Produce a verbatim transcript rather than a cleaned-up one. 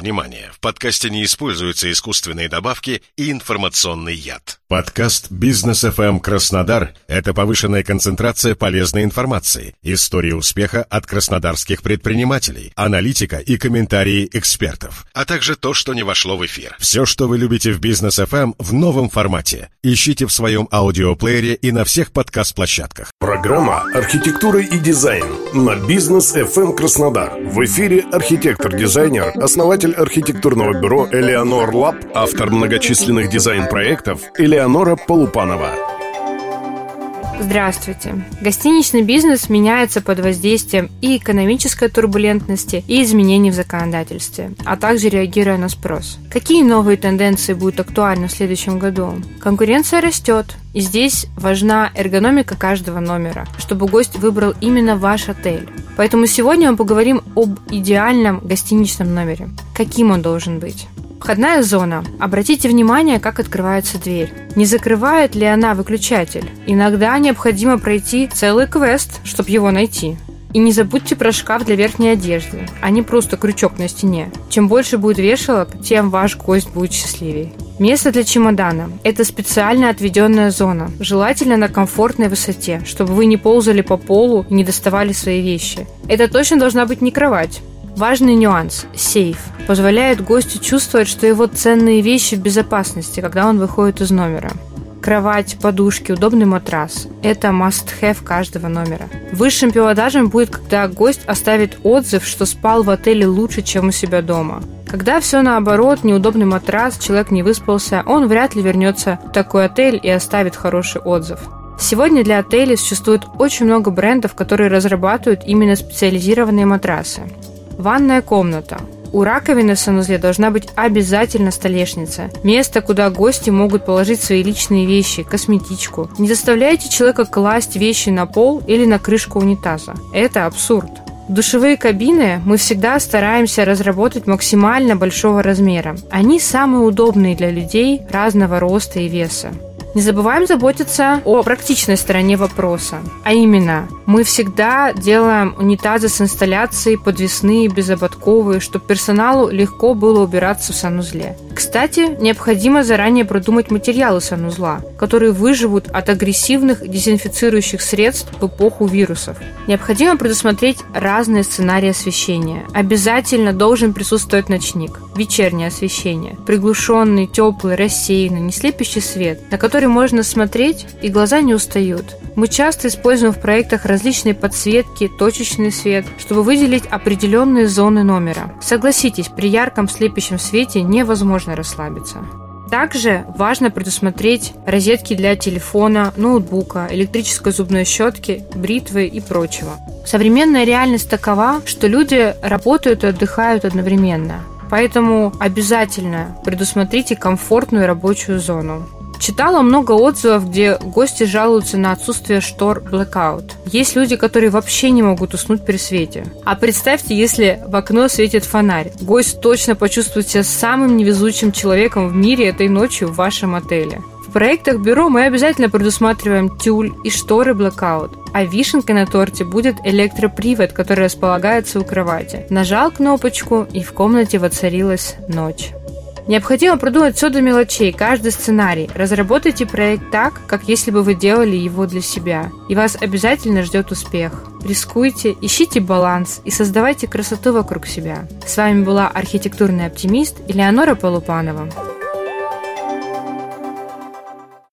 внимание, в подкасте не используются искусственные добавки и информационный яд. Подкаст «Бизнес эф эм Краснодар» — это повышенная концентрация полезной информации, истории успеха от краснодарских предпринимателей, аналитика и комментарии экспертов, а также то, что не вошло в эфир. Все, что вы любите в «Бизнес эф эм» в новом формате. Ищите в своем аудиоплеере и на всех подкаст-площадках. Программа «Архитектура и дизайн» на «Бизнес эф эм Краснодар». В эфире архитектор-дизайнер, основатель архитектурного бюро «Элеонор Лаб», автор многочисленных дизайн-проектов Элеонора Полупанова. Здравствуйте. Гостиничный бизнес меняется под воздействием и экономической турбулентности, и изменений в законодательстве, а также реагируя на спрос. Какие новые тенденции будут актуальны в следующем году? Конкуренция растет, и здесь важна эргономика каждого номера, чтобы гость выбрал именно ваш отель. Поэтому сегодня мы поговорим об идеальном гостиничном номере. Каким он должен быть? Входная зона. Обратите внимание, как открывается дверь. Не закрывает ли она выключатель? Иногда необходимо пройти целый квест, чтобы его найти. И не забудьте про шкаф для верхней одежды, а не просто крючок на стене. Чем больше будет вешалок, тем ваш гость будет счастливее. Место для чемодана – это специально отведенная зона, желательно на комфортной высоте, чтобы вы не ползали по полу и не доставали свои вещи. Это точно должна быть не кровать. Важный нюанс – сейф. Позволяет гостю чувствовать, что его ценные вещи в безопасности, когда он выходит из номера. Кровать, подушки, удобный матрас – это must-have каждого номера. Высшим пилотажем будет, когда гость оставит отзыв, что спал в отеле лучше, чем у себя дома. Когда все наоборот, неудобный матрас, человек не выспался, он вряд ли вернется в такой отель и оставит хороший отзыв. Сегодня для отелей существует очень много брендов, которые разрабатывают именно специализированные матрасы. Ванная комната. У раковины в санузле должна быть обязательно столешница. Место, куда гости могут положить свои личные вещи, косметичку. Не заставляйте человека класть вещи на пол или на крышку унитаза. Это абсурд. Душевые кабины мы всегда стараемся разработать максимально большого размера. Они самые удобные для людей разного роста и веса. Не забываем заботиться о практичной стороне вопроса. А именно, мы всегда делаем унитазы с инсталляцией подвесные, безободковые, чтобы персоналу легко было убираться в санузле. Кстати, необходимо заранее продумать материалы санузла, которые выживут от агрессивных дезинфицирующих средств в эпоху вирусов. Необходимо предусмотреть разные сценарии освещения. Обязательно должен присутствовать ночник, вечернее освещение, приглушенный, теплый, рассеянный, не слепящий свет, на который можно смотреть, и глаза не устают. Мы часто используем в проектах различные подсветки, точечный свет, чтобы выделить определенные зоны номера. Согласитесь, при ярком слепящем свете невозможно расслабиться. Также важно предусмотреть розетки для телефона, ноутбука, электрической зубной щетки, бритвы и прочего. Современная реальность такова, что люди работают и отдыхают одновременно. Поэтому обязательно предусмотрите комфортную рабочую зону. Читала много отзывов, где гости жалуются на отсутствие штор blackout. Есть люди, которые вообще не могут уснуть при свете. А представьте, если в окно светит фонарь. Гость точно почувствует себя самым невезучим человеком в мире этой ночью в вашем отеле. В проектах бюро мы обязательно предусматриваем тюль и шторы blackout. А вишенкой на торте будет электропривод, который располагается у кровати. Нажал кнопочку, и в комнате воцарилась ночь. Необходимо продумать все до мелочей, каждый сценарий. Разработайте проект так, как если бы вы делали его для себя. И вас обязательно ждет успех. Рискуйте, ищите баланс и создавайте красоту вокруг себя. С вами была архитектурный оптимист Элеонора Полупанова.